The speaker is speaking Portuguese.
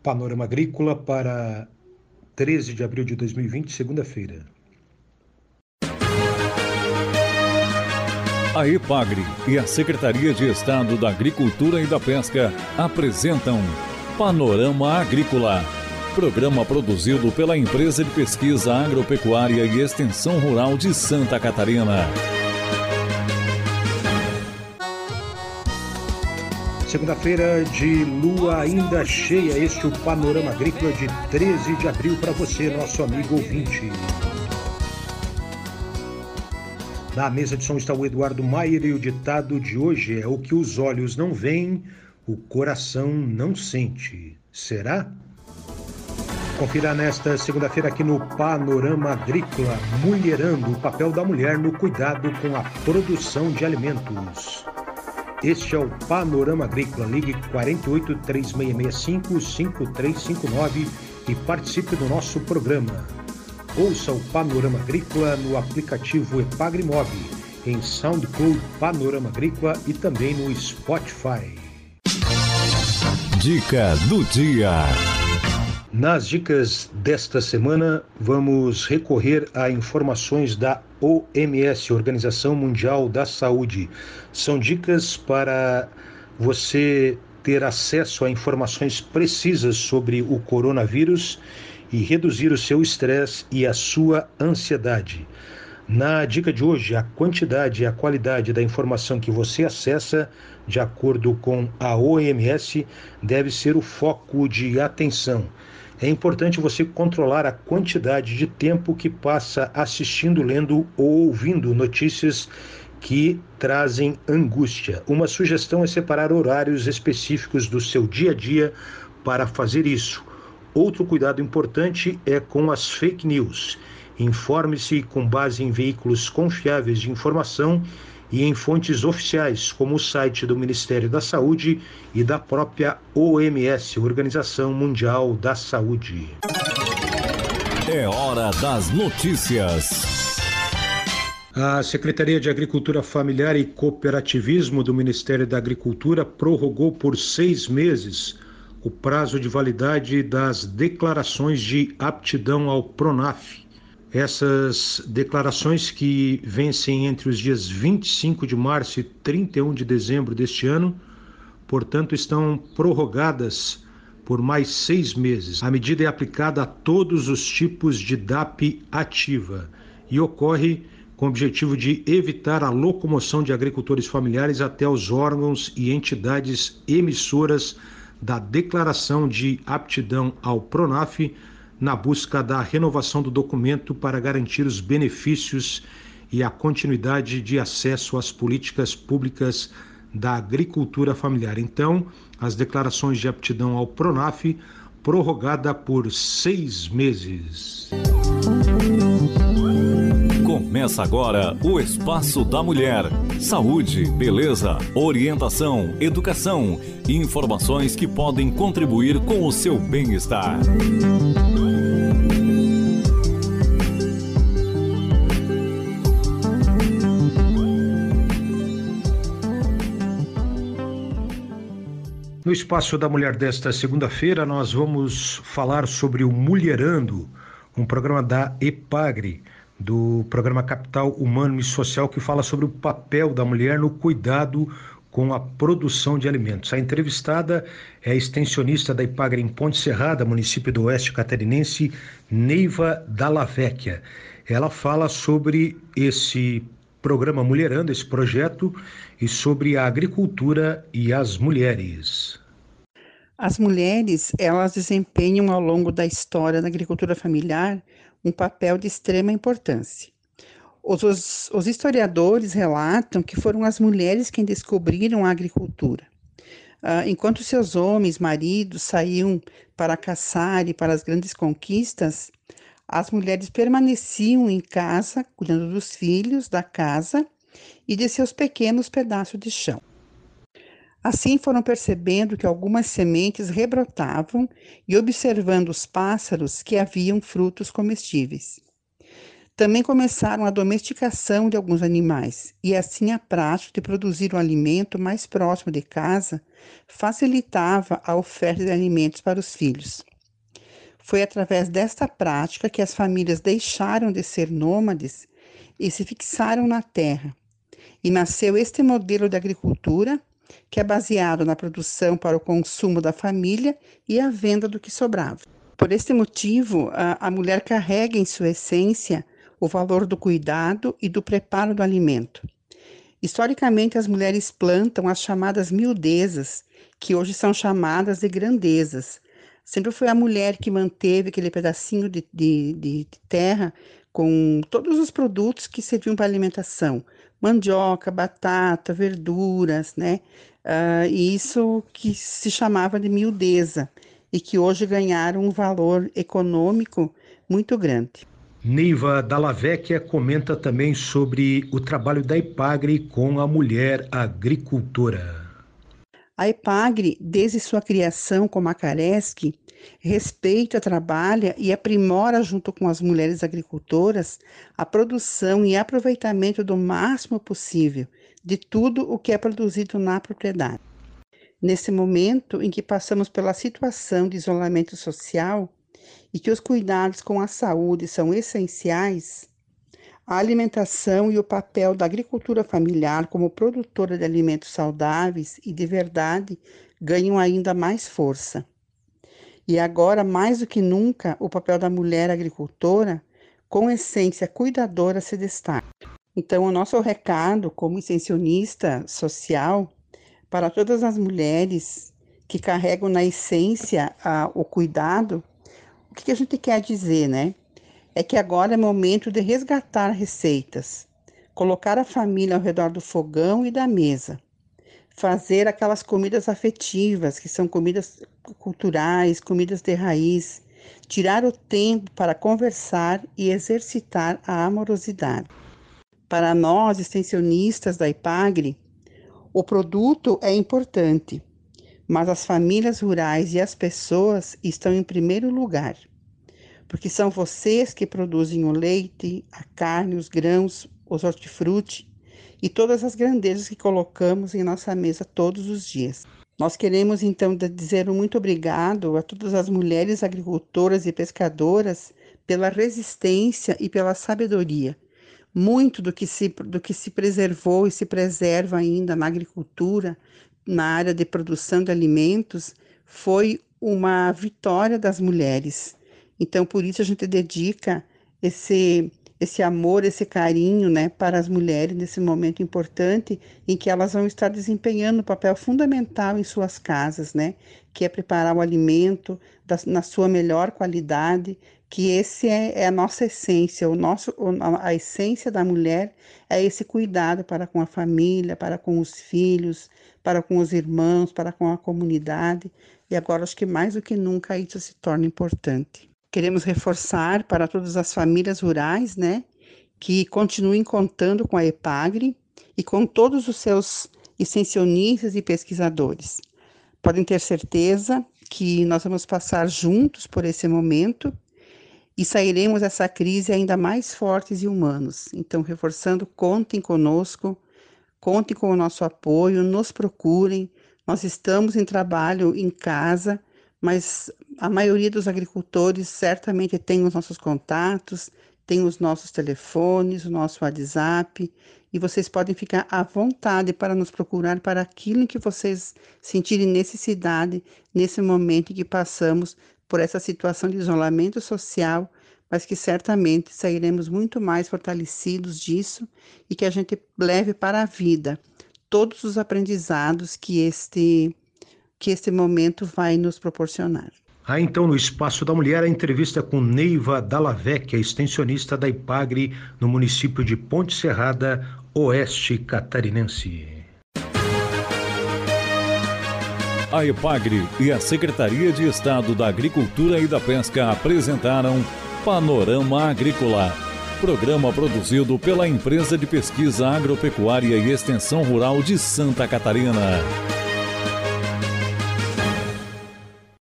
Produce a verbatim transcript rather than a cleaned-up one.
Panorama Agrícola para treze de abril de dois mil e vinte, segunda-feira. A EPAGRE e a Secretaria de Estado da Agricultura e da Pesca apresentam Panorama Agrícola, programa produzido pela Empresa de Pesquisa Agropecuária e Extensão Rural de Santa Catarina. Segunda-feira de lua ainda cheia, este é o Panorama Agrícola de treze de abril para você, nosso amigo ouvinte. Na mesa de som está o Eduardo Maier e o ditado de hoje é: o que os olhos não veem, o coração não sente. Será? Confira nesta segunda-feira aqui no Panorama Agrícola, Mulherando, o papel da mulher no cuidado com a produção de alimentos. Este é o Panorama Agrícola. Ligue quatro oito, três seis seis cinco, cinco três cinco nove e participe do nosso programa. Ouça o Panorama Agrícola no aplicativo EPAGRE Mob, em SoundCloud Panorama Agrícola e também no Spotify. Dica do dia. Nas dicas desta semana, vamos recorrer a informações da O M S, Organização Mundial da Saúde. São dicas para você ter acesso a informações precisas sobre o coronavírus e reduzir o seu estresse e a sua ansiedade. Na dica de hoje, a quantidade e a qualidade da informação que você acessa, de acordo com a O M S, deve ser o foco de atenção. É importante você controlar a quantidade de tempo que passa assistindo, lendo ou ouvindo notícias que trazem angústia. Uma sugestão é separar horários específicos do seu dia a dia para fazer isso. Outro cuidado importante é com as fake news. Informe-se com base em veículos confiáveis de informação e em fontes oficiais, como o site do Ministério da Saúde e da própria O M S, Organização Mundial da Saúde. É hora das notícias. A Secretaria de Agricultura Familiar e Cooperativismo do Ministério da Agricultura prorrogou por seis meses o prazo de validade das declarações de aptidão ao PRONAF. Essas declarações, que vencem entre os dias vinte e cinco de março e trinta e um de dezembro deste ano, portanto, estão prorrogadas por mais seis meses. A medida é aplicada a todos os tipos de D A P ativa e ocorre com o objetivo de evitar a locomoção de agricultores familiares até os órgãos e entidades emissoras da declaração de aptidão ao PRONAF, na busca da renovação do documento para garantir os benefícios e a continuidade de acesso às políticas públicas da agricultura familiar. Então, as declarações de aptidão ao PRONAF prorrogada por seis meses. Começa agora o Espaço da Mulher. Saúde, beleza, orientação, educação e informações que podem contribuir com o seu bem-estar. No Espaço da Mulher desta segunda-feira, nós vamos falar sobre o Mulherando, um programa da EPAGRE, do Programa Capital Humano e Social, que fala sobre o papel da mulher no cuidado com a produção de alimentos. A entrevistada é a extensionista da EPAGRE em Ponte Serrada, município do Oeste Catarinense, Neiva Dalla Vecchia. Ela fala sobre esse programa Mulherando, esse projeto, e sobre a agricultura e as mulheres. As mulheres, elas desempenham ao longo da história da agricultura familiar um papel de extrema importância. Os, os, os historiadores relatam que foram as mulheres quem descobriram a agricultura. Ah, enquanto seus homens, maridos, saíam para caçar e para as grandes conquistas, as mulheres permaneciam em casa, cuidando dos filhos, da casa e de seus pequenos pedaços de chão. Assim foram percebendo que algumas sementes rebrotavam e observando os pássaros que haviam frutos comestíveis. Também começaram a domesticação de alguns animais, e assim a prática de produzir um alimento mais próximo de casa facilitava a oferta de alimentos para os filhos. Foi através desta prática que as famílias deixaram de ser nômades e se fixaram na terra. E nasceu este modelo de agricultura, que é baseado na produção para o consumo da família e a venda do que sobrava. Por este motivo, a, a mulher carrega em sua essência o valor do cuidado e do preparo do alimento. Historicamente, as mulheres plantam as chamadas miudezas, que hoje são chamadas de grandezas. Sempre foi a mulher que manteve aquele pedacinho de, de, de terra com todos os produtos que serviam para alimentação. Mandioca, batata, verduras, né? Uh, e isso que se chamava de miudeza e que hoje ganharam um valor econômico muito grande. Neiva Dalla Vecchia comenta também sobre o trabalho da Epagre com a mulher agricultora. A Epagre, desde sua criação como a Caresc, respeita, trabalha e aprimora junto com as mulheres agricultoras a produção e aproveitamento do máximo possível de tudo o que é produzido na propriedade. Nesse momento em que passamos pela situação de isolamento social e que os cuidados com a saúde são essenciais, a alimentação e o papel da agricultura familiar como produtora de alimentos saudáveis e de verdade ganham ainda mais força. E agora, mais do que nunca, o papel da mulher agricultora, com essência cuidadora, se destaca. Então, o nosso recado como extensionista social para todas as mulheres que carregam na essência a, o cuidado, o que a gente quer dizer, né? É que agora é momento de resgatar receitas, colocar a família ao redor do fogão e da mesa, fazer aquelas comidas afetivas, que são comidas culturais, comidas de raiz, tirar o tempo para conversar e exercitar a amorosidade. Para nós, extensionistas da Epagre, o produto é importante, mas as famílias rurais e as pessoas estão em primeiro lugar, porque são vocês que produzem o leite, a carne, os grãos, os hortifruti e todas as grandezas que colocamos em nossa mesa todos os dias. Nós queremos então dizer um muito obrigado a todas as mulheres agricultoras e pescadoras pela resistência e pela sabedoria. Muito do que se, do que se preservou e se preserva ainda na agricultura, na área de produção de alimentos, foi uma vitória das mulheres. Então, por isso a gente dedica esse, esse amor, esse carinho, né, para as mulheres nesse momento importante em que elas vão estar desempenhando um papel fundamental em suas casas, né, que é preparar o alimento da, na sua melhor qualidade, que esse é, é a nossa essência, o nosso, a essência da mulher é esse cuidado para com a família, para com os filhos, para com os irmãos, para com a comunidade, e agora acho que mais do que nunca isso se torna importante. Queremos reforçar para todas as famílias rurais, né, que continuem contando com a Epagre e com todos os seus extensionistas e pesquisadores. Podem ter certeza que nós vamos passar juntos por esse momento e sairemos dessa crise ainda mais fortes e humanos. Então, reforçando, contem conosco, contem com o nosso apoio, nos procurem. Nós estamos em trabalho em casa, mas a maioria dos agricultores certamente tem os nossos contatos, tem os nossos telefones, o nosso WhatsApp, e vocês podem ficar à vontade para nos procurar para aquilo em que vocês sentirem necessidade nesse momento em que passamos por essa situação de isolamento social, mas que certamente sairemos muito mais fortalecidos disso e que a gente leve para a vida todos os aprendizados que este, que este momento vai nos proporcionar. Há então no Espaço da Mulher a entrevista com Neiva Dalla Vecchia, extensionista da Epagre no município de Ponte Serrada, oeste catarinense. A Epagre e a Secretaria de Estado da Agricultura e da Pesca apresentaram Panorama Agrícola, programa produzido pela Empresa de Pesquisa Agropecuária e Extensão Rural de Santa Catarina.